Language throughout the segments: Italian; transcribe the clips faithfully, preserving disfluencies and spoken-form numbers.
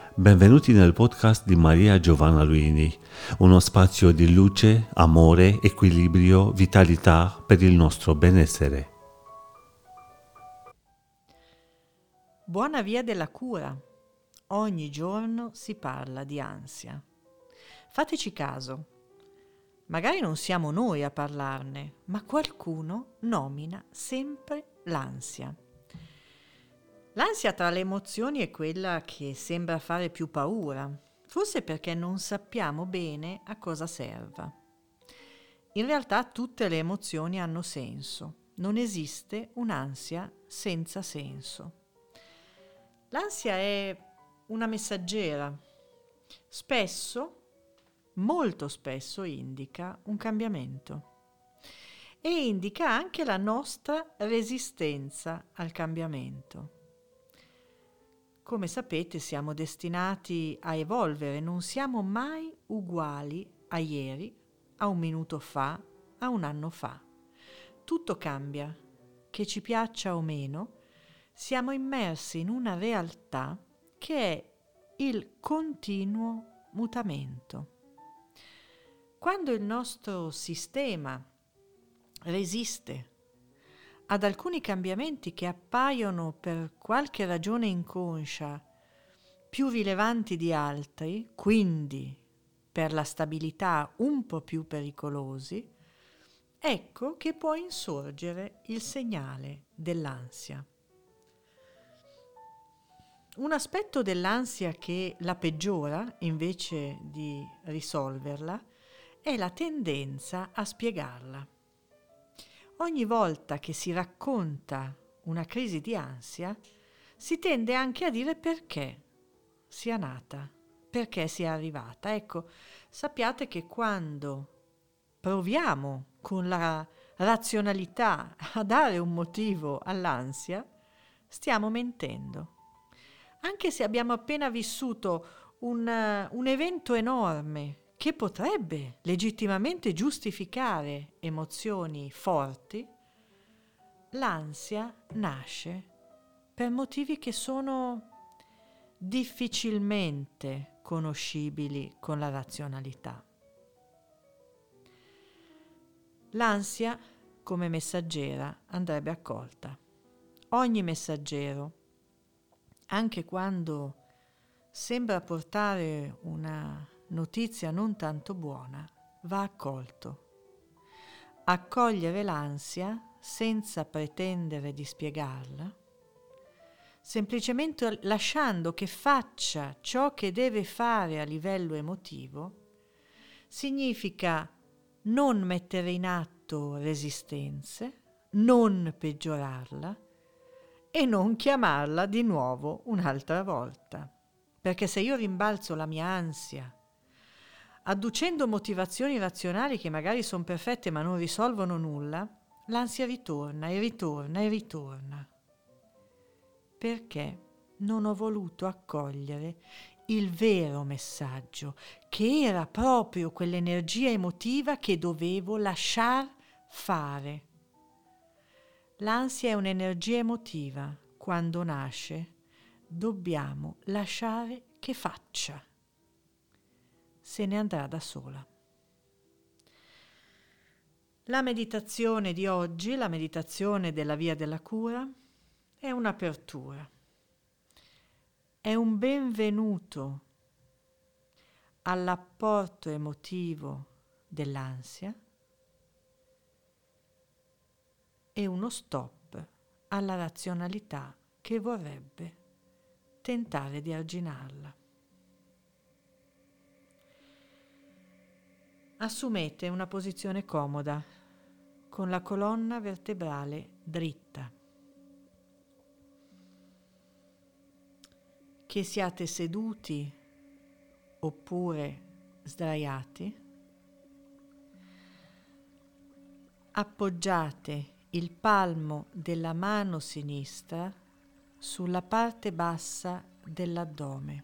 Benvenuti nel podcast di Maria Giovanna Luini, uno spazio di luce, amore, equilibrio, vitalità per il nostro benessere. Buona via della cura. Ogni giorno si parla di ansia. Fateci caso. Magari non siamo noi a parlarne, ma qualcuno nomina sempre l'ansia. L'ansia tra le emozioni è quella che sembra fare più paura, forse perché non sappiamo bene a cosa serva. In realtà tutte le emozioni hanno senso, non esiste un'ansia senza senso. L'ansia è una messaggera, spesso, molto spesso indica un cambiamento e indica anche la nostra resistenza al cambiamento. Come sapete, siamo destinati a evolvere, non siamo mai uguali a ieri, a un minuto fa, a un anno fa. Tutto cambia, che ci piaccia o meno, siamo immersi in una realtà che è il continuo mutamento. Quando il nostro sistema resiste ad alcuni cambiamenti che appaiono per qualche ragione inconscia più rilevanti di altri, quindi per la stabilità un po' più pericolosi, ecco che può insorgere il segnale dell'ansia. Un aspetto dell'ansia che la peggiora, invece di risolverla, è la tendenza a spiegarla. Ogni volta che si racconta una crisi di ansia, si tende anche a dire perché sia nata, perché sia arrivata. Ecco, sappiate che quando proviamo con la razionalità a dare un motivo all'ansia, stiamo mentendo. Anche se abbiamo appena vissuto un, uh, un evento enorme che potrebbe legittimamente giustificare emozioni forti, l'ansia nasce per motivi che sono difficilmente conoscibili con la razionalità. L'ansia, come messaggera, andrebbe accolta. Ogni messaggero, anche quando sembra portare una notizia non tanto buona, va accolto. Accogliere l'ansia senza pretendere di spiegarla, semplicemente lasciando che faccia ciò che deve fare a livello emotivo, significa non mettere in atto resistenze, non peggiorarla e non chiamarla di nuovo un'altra volta. Perché se io rimbalzo la mia ansia adducendo motivazioni razionali che magari sono perfette ma non risolvono nulla, l'ansia ritorna e ritorna e ritorna. Perché non ho voluto accogliere il vero messaggio, che era proprio quell'energia emotiva che dovevo lasciar fare. L'ansia è un'energia emotiva. Quando nasce, dobbiamo lasciare che faccia. Se ne andrà da sola. La meditazione di oggi, la meditazione della via della cura, è un'apertura, è un benvenuto all'apporto emotivo dell'ansia e uno stop alla razionalità che vorrebbe tentare di arginarla. Assumete una posizione comoda, con la colonna vertebrale dritta. Che siate seduti oppure sdraiati, appoggiate il palmo della mano sinistra sulla parte bassa dell'addome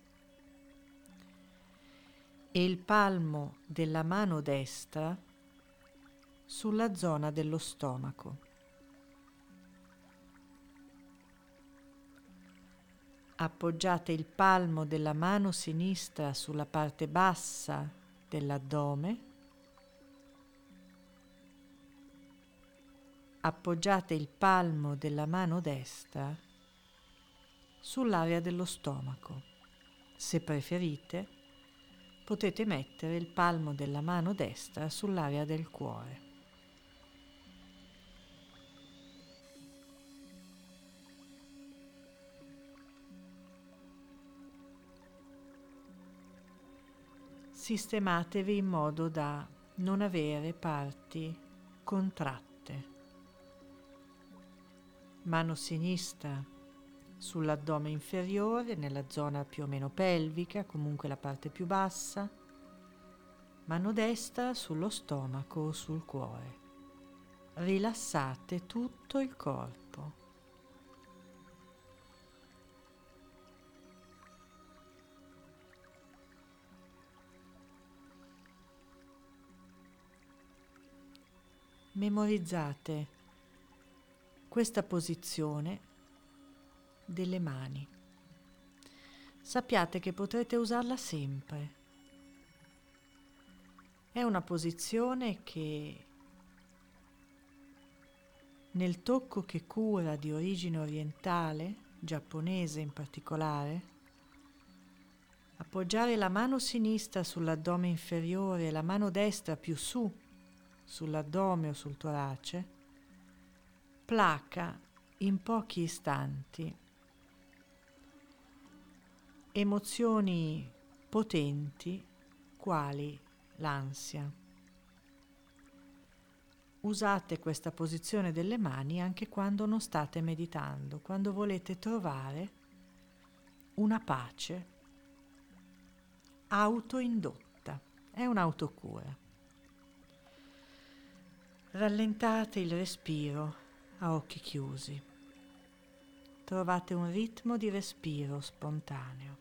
e il palmo della mano destra sulla zona dello stomaco. Appoggiate il palmo della mano sinistra sulla parte bassa dell'addome. Appoggiate il palmo della mano destra sull'area dello stomaco. Se preferite, potete mettere il palmo della mano destra sull'area del cuore. Sistematevi in modo da non avere parti contratte. Mano sinistra sull'addome inferiore, nella zona più o meno pelvica, comunque la parte più bassa. Mano destra sullo stomaco o sul cuore. Rilassate tutto il corpo. Memorizzate questa posizione delle mani. Sappiate che potrete usarla sempre. È una posizione che nel tocco che cura di origine orientale, giapponese in particolare, appoggiare la mano sinistra sull'addome inferiore e la mano destra più su sull'addome o sul torace, placa in pochi istanti emozioni potenti quali l'ansia. Usate questa posizione delle mani anche quando non state meditando, quando volete trovare una pace autoindotta. È un'autocura. Rallentate il respiro a occhi chiusi. Trovate un ritmo di respiro spontaneo.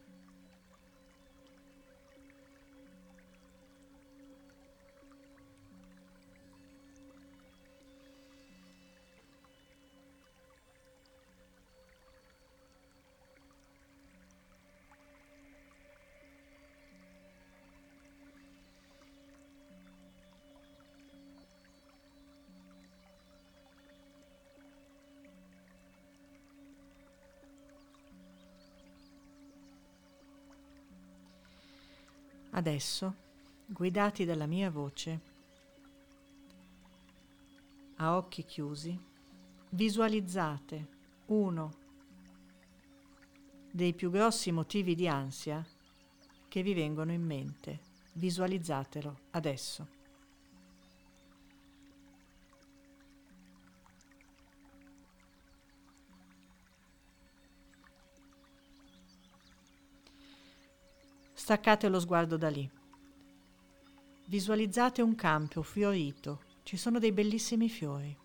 Adesso, guidati dalla mia voce, a occhi chiusi, visualizzate uno dei più grossi motivi di ansia che vi vengono in mente. Visualizzatelo adesso. Staccate lo sguardo da lì. Visualizzate un campo fiorito. Ci sono dei bellissimi fiori.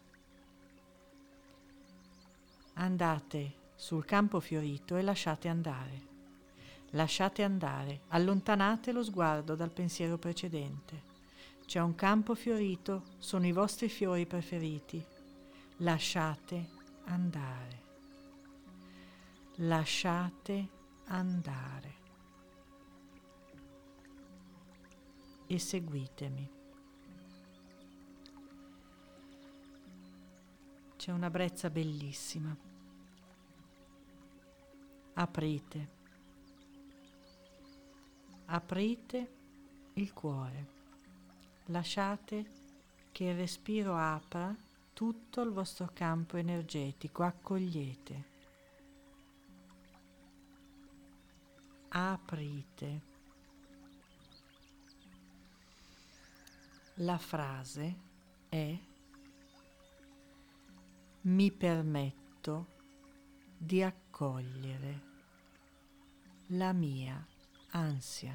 Andate sul campo fiorito e lasciate andare. Lasciate andare. Allontanate lo sguardo dal pensiero precedente. C'è un campo fiorito, sono i vostri fiori preferiti. Lasciate andare. Lasciate andare. E seguitemi. C'è una brezza bellissima. Aprite. Aprite il cuore. Lasciate che il respiro apra tutto il vostro campo energetico. Accogliete. Aprite. La frase è: mi permetto di accogliere la mia ansia.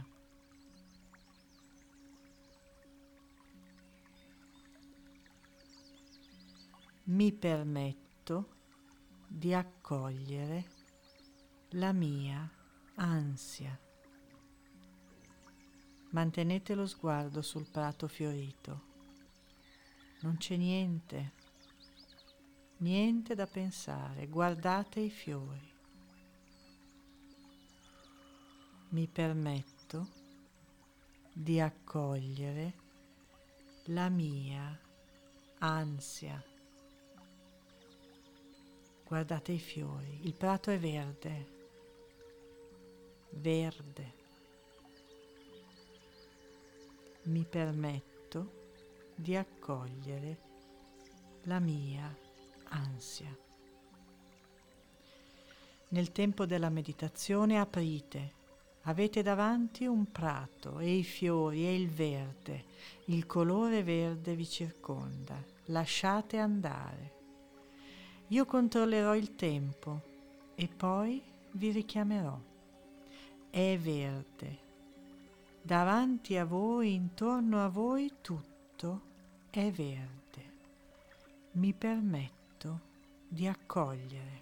Mi permetto di accogliere la mia ansia. Mantenete lo sguardo sul prato fiorito. Non c'è niente, niente da pensare. Guardate i fiori. Mi permetto di accogliere la mia ansia. Guardate i fiori, il prato è verde, verde. Mi permetto di accogliere la mia ansia. Nel tempo della meditazione aprite. Avete davanti un prato e i fiori e il verde, il colore verde vi circonda. Lasciate andare. Io controllerò il tempo e poi vi richiamerò. È verde. Davanti a voi, intorno a voi, tutto è verde. Mi permetto di accogliere.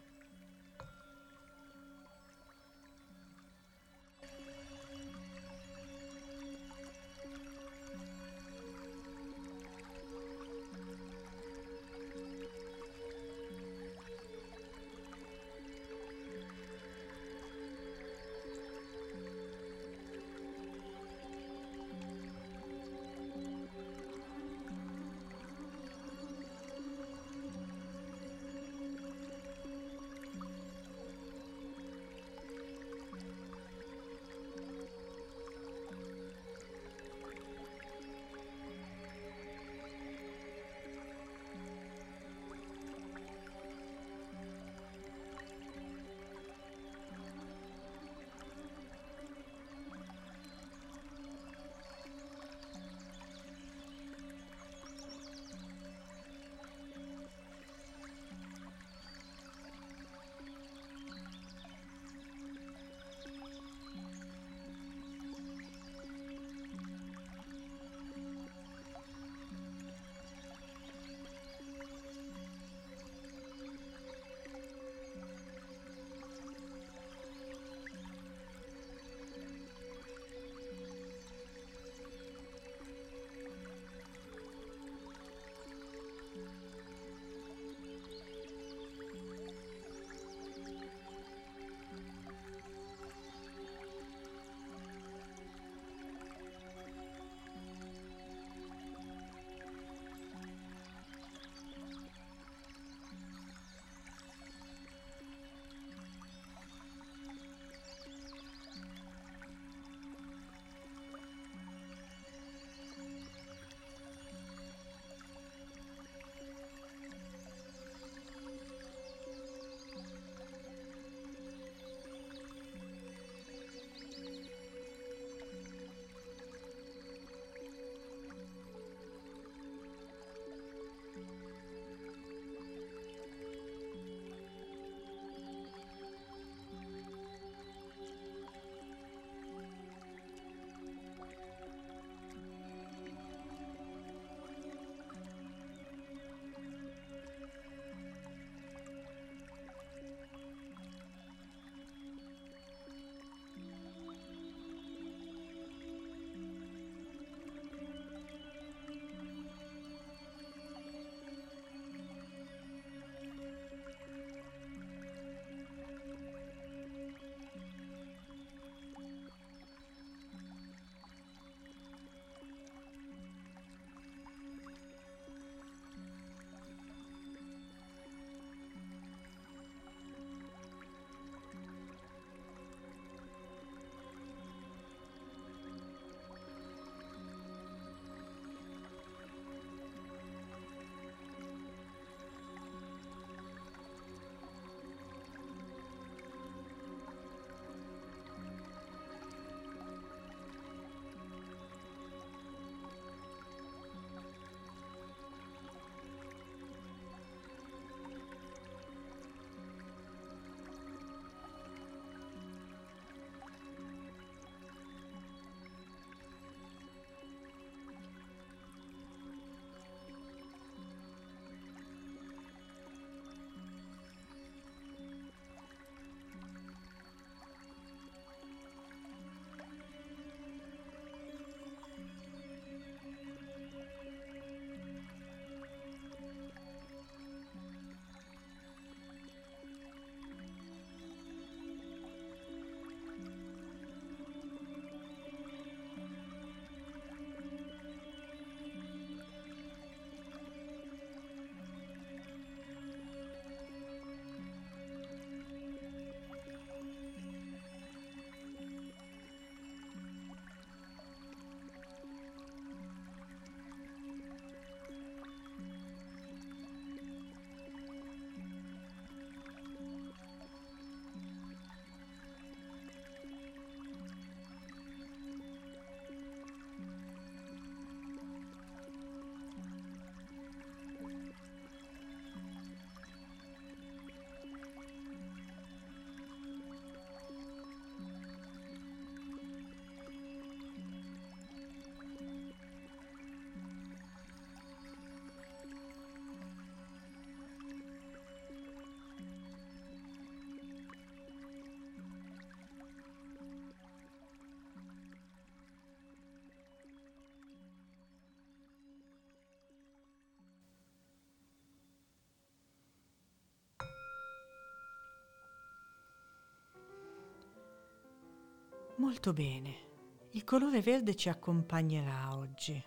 Molto bene. Il colore verde ci accompagnerà oggi.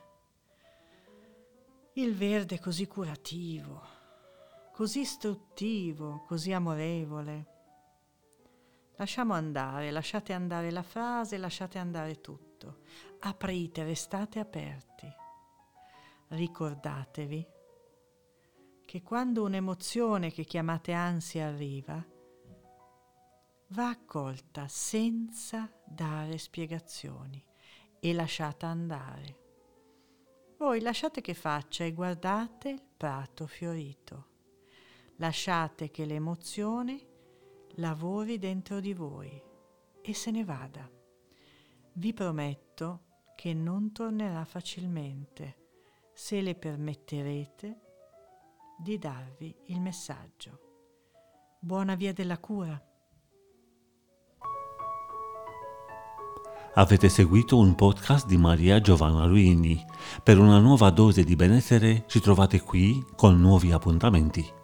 Il verde così curativo, così istruttivo, così amorevole. Lasciamo andare, lasciate andare la frase, lasciate andare tutto. Aprite, restate aperti. Ricordatevi che quando un'emozione che chiamate ansia arriva, va accolta senza dare spiegazioni e lasciata andare. Voi lasciate che faccia e guardate il prato fiorito. Lasciate che l'emozione lavori dentro di voi e se ne vada. Vi prometto che non tornerà facilmente se le permetterete di darvi il messaggio. Buona via della cura. Avete seguito un podcast di Maria Giovanna Luini. Per una nuova dose di benessere ci trovate qui con nuovi appuntamenti.